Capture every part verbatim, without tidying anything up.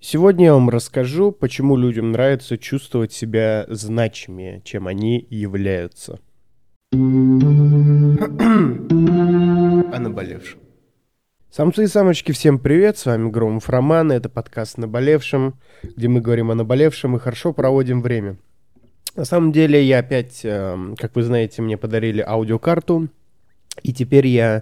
Сегодня я вам расскажу, почему людям нравится чувствовать себя значимее, чем они являются. О наболевшем. Самцы и самочки, всем привет, с вами Громов Роман, и это подкаст «Наболевшем», где мы говорим о наболевшем и хорошо проводим время. На самом деле я опять, э, как вы знаете, мне подарили аудиокарту, и теперь я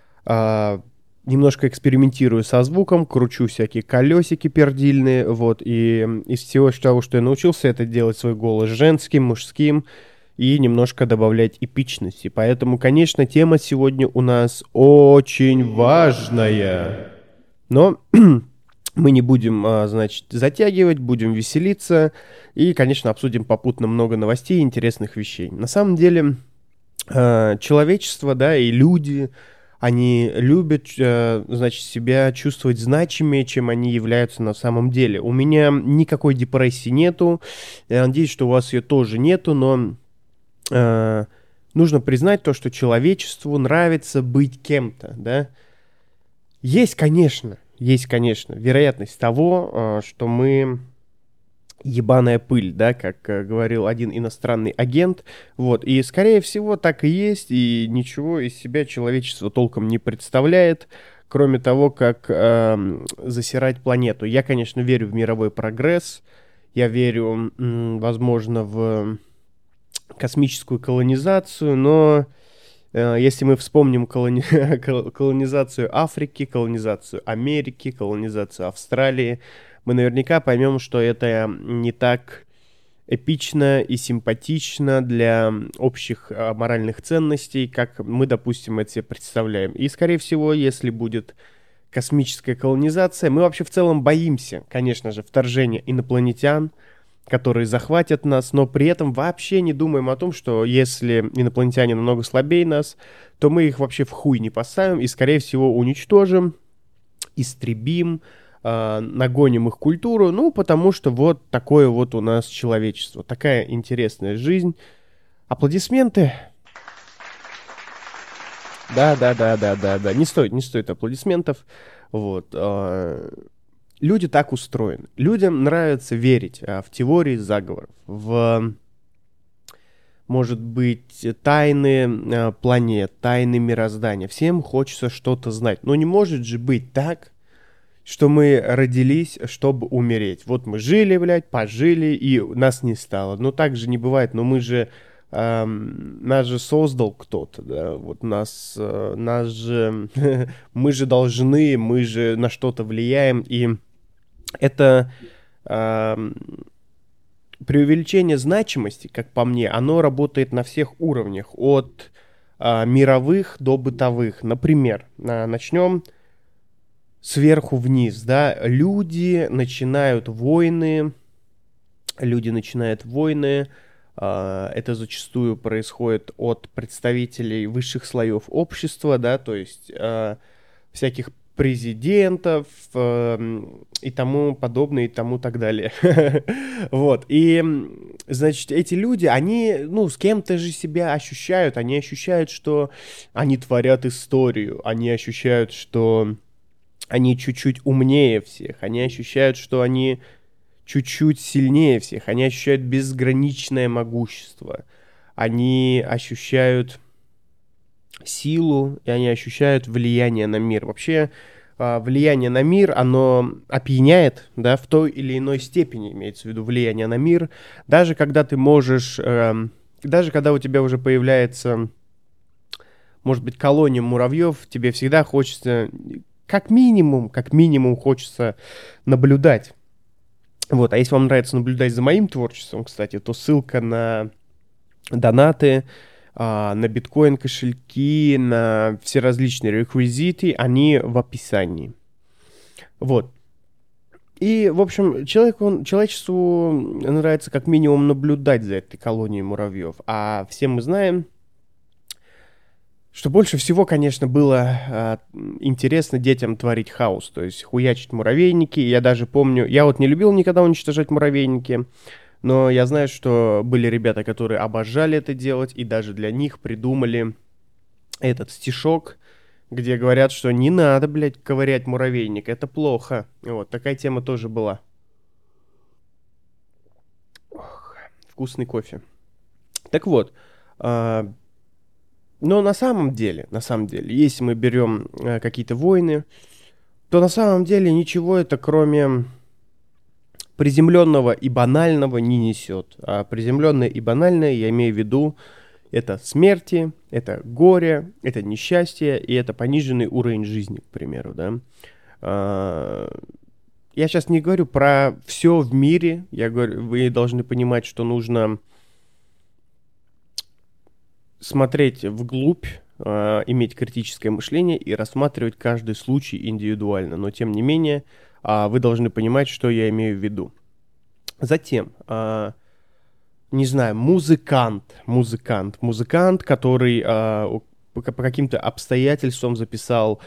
э, немножко экспериментирую со звуком, кручу всякие колесики пердильные, вот, и из всего того, что я научился, это делать свой голос женским, мужским, и немножко добавлять эпичности. Поэтому, конечно, тема сегодня у нас очень важная. Но мы не будем, а, значит, затягивать, будем веселиться. И, конечно, обсудим попутно много новостей и интересных вещей. На самом деле, а, человечество, да, и люди, они любят, а, значит, себя чувствовать значимее, чем они являются на самом деле. У меня никакой депрессии нету. Я надеюсь, что у вас ее тоже нету, но... Uh, нужно признать то, что человечеству нравится быть кем-то, да. Есть, конечно, есть, конечно, вероятность того, uh, что мы ебаная пыль, да, как uh, говорил один иностранный агент, вот, и, скорее всего, так и есть, и ничего из себя человечество толком не представляет, кроме того, как uh, засирать планету. Я, конечно, верю в мировой прогресс, я верю, м- возможно, в... космическую колонизацию, но э, если мы вспомним колони... колонизацию Африки, колонизацию Америки, колонизацию Австралии, мы наверняка поймем, что это не так эпично и симпатично для общих э, моральных ценностей, как мы, допустим, это себе представляем. И, скорее всего, если будет космическая колонизация, мы вообще в целом боимся, конечно же, вторжения инопланетян, которые захватят нас, но при этом вообще не думаем о том, что если инопланетяне намного слабее нас, то мы их вообще в хуй не поставим и, скорее всего, уничтожим, истребим, э, нагоним их культуру, ну, потому что вот такое вот у нас человечество, такая интересная жизнь. Аплодисменты. Да, да, да, да, да, да. Не стоит, не стоит аплодисментов. Вот. Э, Люди так устроены. Людям нравится верить а, в теории заговоров, в, может быть, тайны а, планет, тайны мироздания. Всем хочется что-то знать. Но не может же быть так, что мы родились, чтобы умереть. Вот мы жили, блядь, пожили, и нас не стало. Но так же не бывает. Но мы же... Эм, нас же создал кто-то, да, вот нас, э, нас же... мы же должны, мы же на что-то влияем, и... Это э, преувеличение значимости, как по мне, оно работает на всех уровнях, от э, мировых до бытовых. Например, э, начнем сверху вниз, да, люди начинают войны, люди начинают войны, э, это зачастую происходит от представителей высших слоев общества, да, то есть э, всяких президентов э, и тому подобное, и тому так далее. Вот, и, значит, эти люди, они, ну, с кем-то же себя ощущают, они ощущают, что они творят историю, они ощущают, что они чуть-чуть умнее всех, они ощущают, что они чуть-чуть сильнее всех, они ощущают безграничное могущество, они ощущают... силу, и они ощущают влияние на мир. Вообще, влияние на мир, оно опьяняет, да, в той или иной степени, имеется в виду влияние на мир. Даже когда ты можешь, э, даже когда у тебя уже появляется, может быть, колония муравьев, тебе всегда хочется, как минимум, как минимум хочется наблюдать. Вот, а если вам нравится наблюдать за моим творчеством, кстати, то ссылка на донаты, на биткоин кошельки, на все различные реквизиты, они в описании. Вот. И, в общем, человек, он, человечеству нравится как минимум наблюдать за этой колонией муравьев. А все мы знаем, что больше всего, конечно, было э, интересно детям творить хаос, то есть хуячить муравейники. Я даже помню, я вот не любил никогда уничтожать муравейники, но я знаю, что были ребята, которые обожали это делать, и даже для них придумали этот стишок, где говорят, что не надо, блядь, ковырять муравейник, это плохо. Вот, такая тема тоже была. вкусный кофе. Так вот, а, но на самом деле, на самом деле, если мы берем а, какие-то войны, то на самом деле ничего это кроме приземленного и банального не несет. А приземленное и банальное, я имею в виду, это смерти, это горе, это несчастье и это пониженный уровень жизни, к примеру, да. А, я сейчас не говорю про все в мире, я говорю, вы должны понимать, что нужно смотреть вглубь, а, иметь критическое мышление и рассматривать каждый случай индивидуально, но тем не менее а, вы должны понимать, что я имею в виду. Затем, а, не знаю, музыкант, музыкант, музыкант, который а, у- по, по каким-то обстоятельствам записал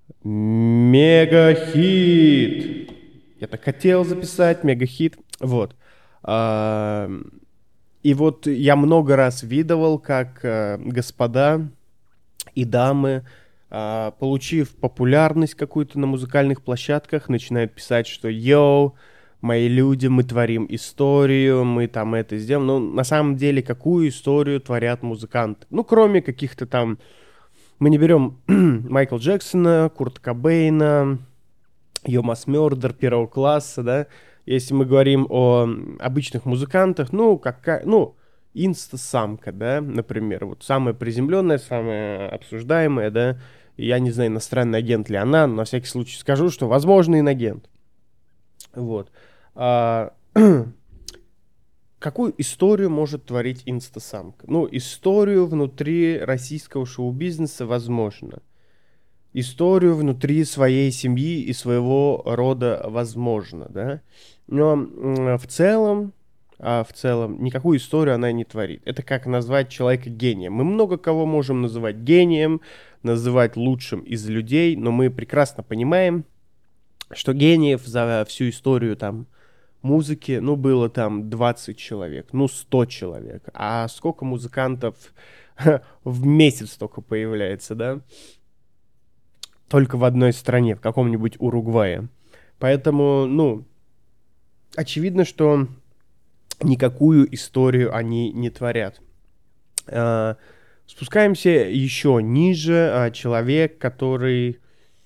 мега-хит. Я так хотел записать мега-хит. Вот. А, и вот я много раз видывал, как а, господа и дамы, а, получив популярность какую-то на музыкальных площадках, начинают писать, что «Йоу, мои люди, мы творим историю, мы там это сделаем». Но на самом деле, какую историю творят музыканты? Ну, кроме каких-то там... Мы не берем Майкла Джексона, Курта Кобейна, Йомас Мёрдер первого класса, да? Если мы говорим о обычных музыкантах, ну, какая... Ну, инстасамка, да, например. Вот самая приземленная, самая обсуждаемая, да. Я не знаю, иностранный агент ли она, но на всякий случай скажу, что, возможно, инагент. Вот. А, какую историю может творить инстасамка? Ну, историю внутри российского шоу-бизнеса возможно. Историю внутри своей семьи и своего рода возможно, да. Но м, в целом, а в целом никакую историю она не творит. Это как назвать человека гением. Мы много кого можем называть гением, называть лучшим из людей, но мы прекрасно понимаем, что гениев за всю историю там музыки, ну, было там двадцать человек, ну, сто человек. А сколько музыкантов в месяц только появляется, да? Только в одной стране, в каком-нибудь Уругвае. Поэтому, ну, очевидно, что никакую историю они не творят. А, спускаемся еще ниже. А, человек, который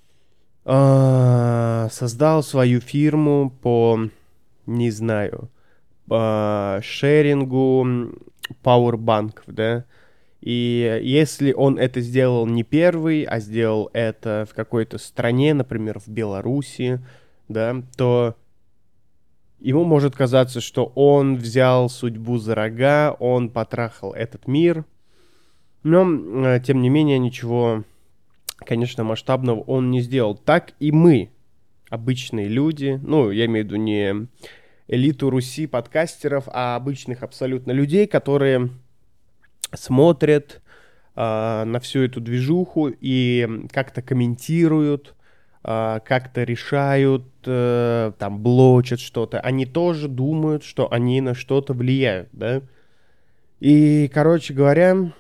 а, создал свою фирму по, не знаю, по шерингу пауэрбанков, да. И если он это сделал не первый, а сделал это в какой-то стране, например, в Беларуси, да, то ему может казаться, что он взял судьбу за рога, он потрахал этот мир, но, э, тем не менее, ничего, конечно, масштабного он не сделал. Так и мы, обычные люди, ну, я имею в виду не элиту Руси подкастеров, а обычных абсолютно людей, которые смотрят а, на всю эту движуху и как-то комментируют, а, как-то решают, а, там, блочат что-то. Они тоже думают, что они на что-то влияют, да? И, короче говоря,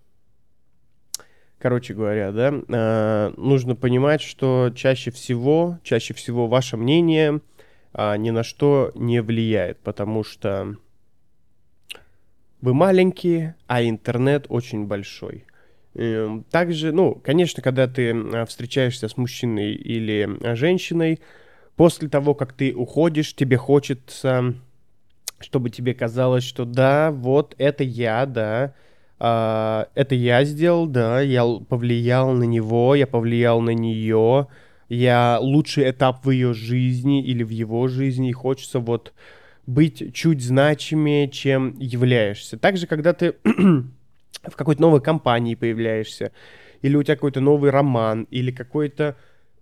короче говоря, да, а, нужно понимать, что чаще всего, чаще всего ваше мнение а, ни на что не влияет, потому что вы маленькие, а интернет очень большой. Эм, Также, ну, конечно, когда ты а, встречаешься с мужчиной или а, женщиной, после того, как ты уходишь, тебе хочется, чтобы тебе казалось, что да, вот это я, да, а, это я сделал, да, я л- повлиял на него, я повлиял на нее, я лучший этап в ее жизни или в его жизни, и хочется вот быть чуть значимее, чем являешься. Также, когда ты в какой-то новой компании появляешься, или у тебя какой-то новый роман, или какое-то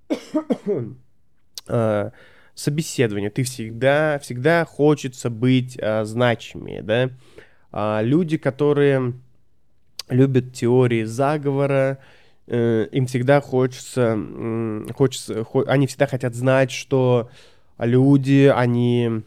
э, собеседование, ты всегда, всегда хочется быть э, значимее, да. А люди, которые любят теории заговора, э, им всегда хочется, м, хочется, хо- они всегда хотят знать, что люди, они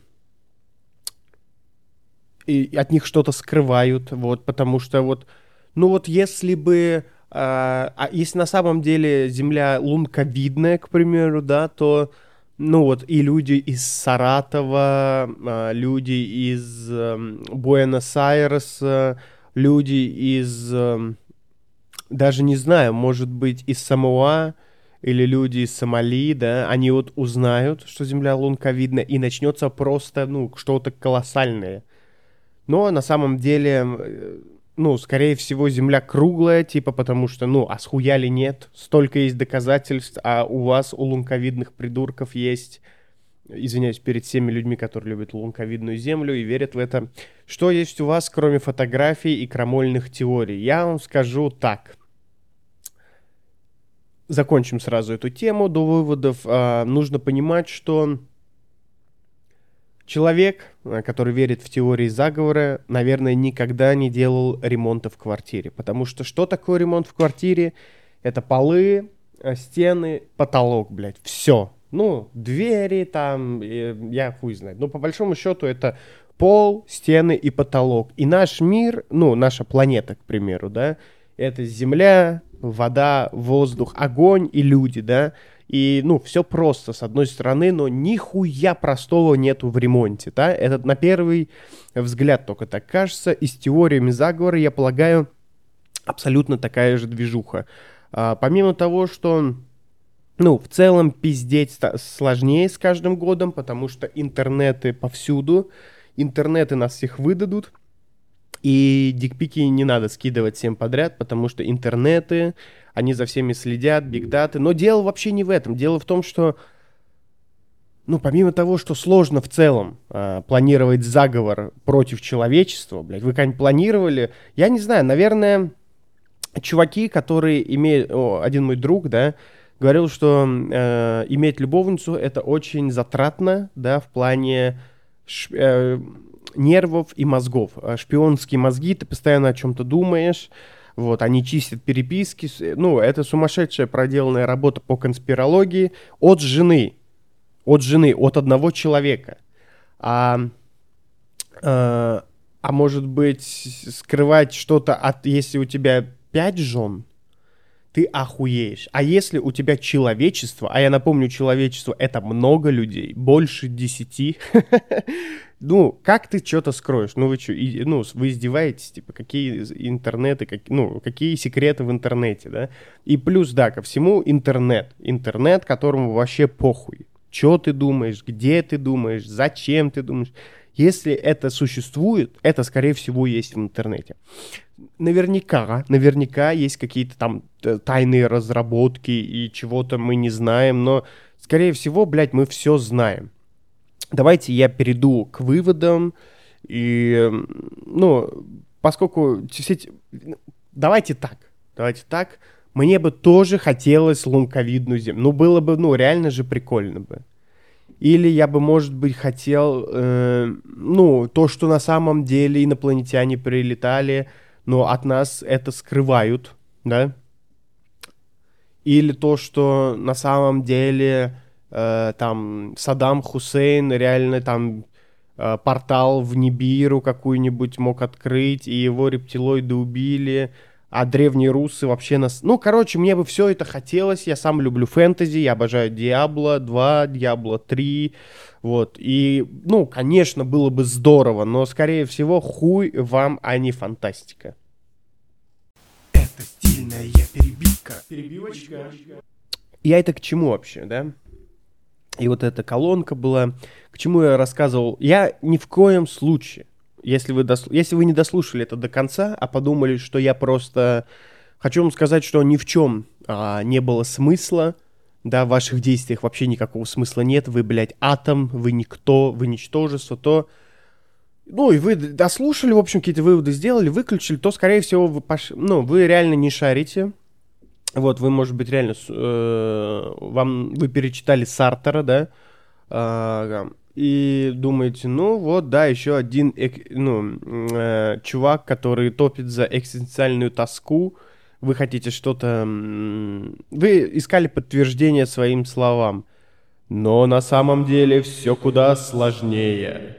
и от них что-то скрывают, вот, потому что вот, ну вот если бы, а, а если на самом деле Земля лунковидная, к примеру, да, то Ну вот, и люди из Саратова, а, люди из эм, Буэнос-Айреса, люди из, эм, даже не знаю, может быть, из Самоа или люди из Сомали, да, они вот узнают, что Земля лунковидна, и начнется просто, ну, что-то колоссальное. Но на самом деле, э, ну, скорее всего, Земля круглая, типа, потому что, ну, а схуяли нет, столько есть доказательств, а у вас, у лунковидных придурков, есть, извиняюсь, перед всеми людьми, которые любят лунковидную Землю и верят в это, что есть у вас, кроме фотографий и крамольных теорий? Я вам скажу так. Закончим сразу эту тему до выводов. А, нужно понимать, что человек, э, который верит в теории заговора, наверное, никогда не делал ремонта в квартире. Потому что что такое ремонт в квартире? Это полы, э, стены, потолок, блядь, все. Ну, двери там, э, я хуй знает. Но по большому счету это пол, стены и потолок. И наш мир, ну, наша планета, к примеру, да, это земля, вода, воздух, огонь и люди, да. И, ну, все просто, с одной стороны, но нихуя простого нету в ремонте, да. Это на первый взгляд только так кажется. И с теориями заговора, я полагаю, абсолютно такая же движуха. А, помимо того, что, ну, в целом пиздеть ста- сложнее с каждым годом, потому что интернеты повсюду, интернеты нас всех выдадут. И дикпики не надо скидывать всем подряд, потому что интернеты, они за всеми следят, бигдаты. Но дело вообще не в этом. Дело в том, что, ну, помимо того, что сложно в целом а, планировать заговор против человечества, блядь, вы когда-нибудь планировали? Я не знаю, наверное, чуваки, которые имеют... О, один мой друг, да, говорил, что э, иметь любовницу — это очень затратно, да, в плане... ш- э, нервов и мозгов. А шпионские мозги, ты постоянно о чем-то думаешь, вот, они чистят переписки, с- ну, это сумасшедшая проделанная работа по конспирологии от жены, от жены, от одного человека. А, а, а может быть, скрывать что-то от, если у тебя пять жен, ты охуеешь. А если у тебя человечество, а я напомню, человечество — это много людей, больше десяти, ну, как ты что-то скроешь? Ну, вы что, ну, вы издеваетесь, типа, какие интернеты, как, ну, какие секреты в интернете, да? И плюс, да, ко всему интернет. Интернет, которому вообще похуй. Что ты думаешь, где ты думаешь, зачем ты думаешь. Если это существует, это, скорее всего, есть в интернете. Наверняка, наверняка есть какие-то там т- тайные разработки и чего-то мы не знаем, но, скорее всего, блядь, мы все знаем. Давайте я перейду к выводам. И, м, ну, поскольку все эти- давайте так, давайте так. Мне бы тоже хотелось лунковидную землю. Ну, было бы, ну, реально же прикольно бы. Или я бы, может быть, хотел, э, ну, то, что на самом деле инопланетяне прилетали, но от нас это скрывают, да? Или то, что на самом деле э, там Саддам Хусейн реально там э, портал в Нибиру какую-нибудь мог открыть, и его рептилоиды убили, а древние русы вообще нас... Ну, короче, мне бы все это хотелось, я сам люблю фэнтези, я обожаю Диабло два, Диабло три, вот, и, ну, конечно, было бы здорово, но, скорее всего, хуй вам, а не фантастика. Это стильная перебивка. Перебивочка. Я это к чему вообще, да? И вот эта колонка была, к чему я рассказывал. Я ни в коем случае, если вы, дос... если вы не дослушали это до конца, а подумали, что я просто... Хочу вам сказать, что ни в чем а, не было смысла, да, в ваших действиях вообще никакого смысла нет. Вы, блядь, атом, вы никто, вы ничтожество, то... Ну, и вы дослушали, в общем, какие-то выводы сделали, выключили, то, скорее всего, вы, пош... ну, вы реально не шарите. Вот, вы, может быть, реально, э, вам, вы перечитали Сартера, да, а, и думаете, ну, вот, да, еще один, эк, ну, э, чувак, который топит за экзистенциальную тоску, вы хотите что-то... м, Вы искали подтверждение своим словам, но на самом деле все куда сложнее.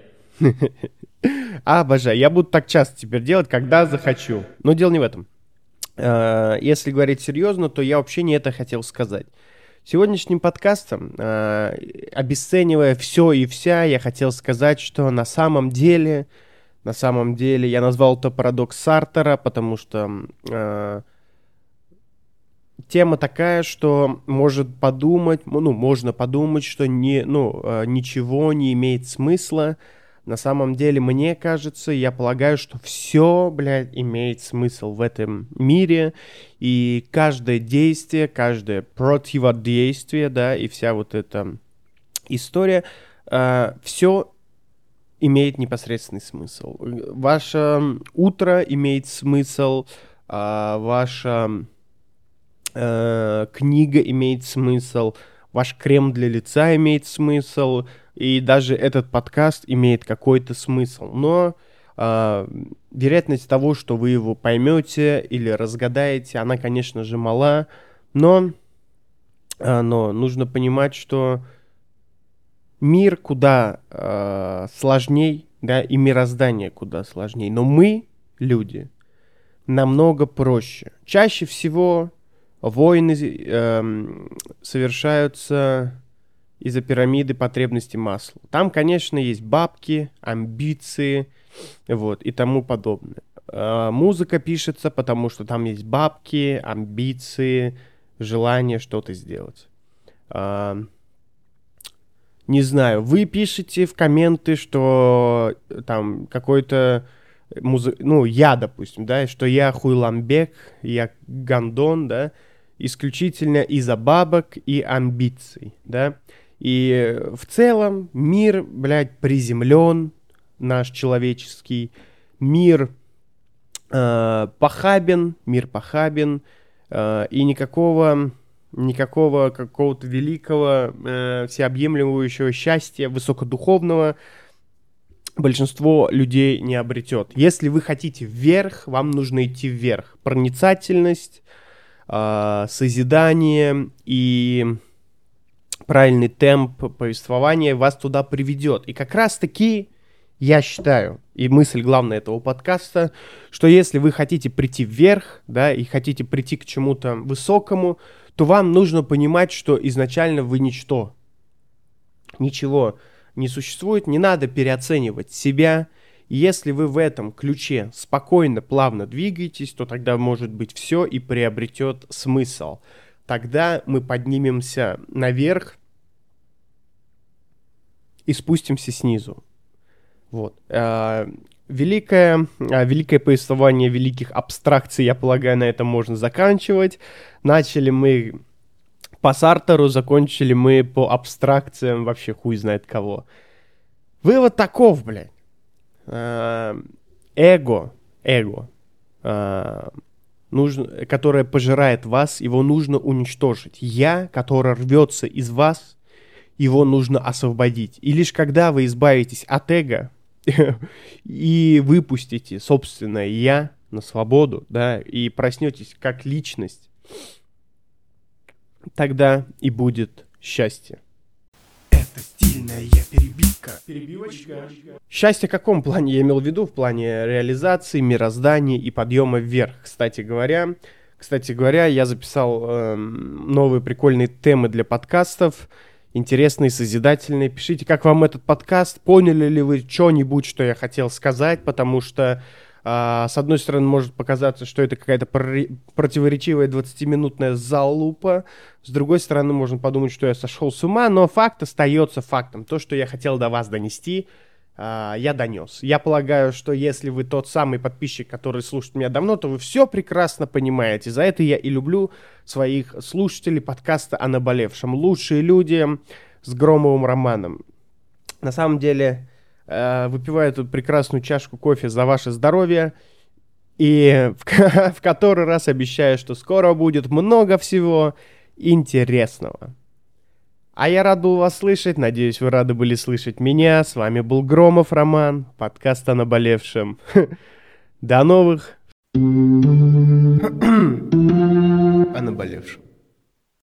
А, обожаю. Я буду так часто теперь делать, когда захочу. Но дело не в этом. Э, Если говорить серьезно, то я вообще не это хотел сказать. Сегодняшним подкастом, э, обесценивая все и вся, я хотел сказать, что на самом деле, на самом деле, я назвал это парадокс Сартера, потому что э, тема такая, что может подумать, ну, можно подумать, что не, ну, э, ничего не имеет смысла. На самом деле, мне кажется, я полагаю, что все, блядь, имеет смысл в этом мире. И каждое действие, каждое противодействие, да, и вся вот эта история, э, все имеет непосредственный смысл. Ваше утро имеет смысл, э, ваша э, книга имеет смысл, ваш крем для лица имеет смысл, и даже этот подкаст имеет какой-то смысл. Но э, вероятность того, что вы его поймете или разгадаете, она, конечно же, мала. Но, э, но нужно понимать, что мир куда э, сложней, да, и мироздание куда сложней. Но мы, люди, намного проще. Чаще всего войны э, совершаются из-за пирамиды потребностей Маслоу. Там, конечно, есть бабки, амбиции, вот, и тому подобное. Э, музыка пишется, потому что там есть бабки, амбиции, желание что-то сделать. Э, не знаю, вы пишете в комменты, что там какой-то музы... ну, я, допустим, да, что я хуйламбек, я гандон, да, исключительно из-за бабок и амбиций, да. И в целом мир, блядь, приземлен, наш человеческий мир э, похабен, мир похабен, э, и никакого, никакого какого-то великого, э, всеобъемлющего счастья, высокодуховного большинство людей не обретет. Если вы хотите вверх, вам нужно идти вверх. Проницательность, э, созидание и правильный темп повествования вас туда приведет. И как раз-таки я считаю, и мысль главная этого подкаста, что если вы хотите прийти вверх, да, и хотите прийти к чему-то высокому, то вам нужно понимать, что изначально вы ничто. Ничего не существует, не надо переоценивать себя. И если вы в этом ключе спокойно, плавно двигаетесь, то тогда может быть все и приобретет смысл. Тогда мы поднимемся наверх и спустимся снизу. Вот. Великое, великое повествование великих абстракций, я полагаю, на этом можно заканчивать. Начали мы по Сартеру, закончили мы по абстракциям, вообще хуй знает кого. Вывод таков, блядь. Эго, эго, нужно, которое пожирает вас, его нужно уничтожить. Я, который рвется из вас, его нужно освободить. И лишь когда вы избавитесь от эго и выпустите собственное я на свободу, да, и проснетесь как личность, тогда и будет счастье. Это стильная перебивка. Перебивочка. Счастье в каком плане я имел в виду? В плане реализации, мироздания и подъема вверх. Кстати говоря, кстати говоря, я записал э, новые прикольные темы для подкастов. Интересные, созидательные. Пишите, как вам этот подкаст. Поняли ли вы что-нибудь, что я хотел сказать? Потому что Uh, с одной стороны, может показаться, что это какая-то пр- противоречивая двадцатиминутная залупа. С другой стороны, можно подумать, что я сошел с ума. Но факт остается фактом. То, что я хотел до вас донести, uh, я донес. Я полагаю, что если вы тот самый подписчик, который слушает меня давно, то вы все прекрасно понимаете. За это я и люблю своих слушателей подкаста о наболевшем. Лучшие люди с Громовым романом. На самом деле... выпиваю эту прекрасную чашку кофе за ваше здоровье. И в, в который раз обещаю, что скоро будет много всего интересного. А я рад был вас слышать. Надеюсь, вы рады были слышать меня. С вами был Громов Роман. Подкаст о наболевшем. До новых. О наболевшем.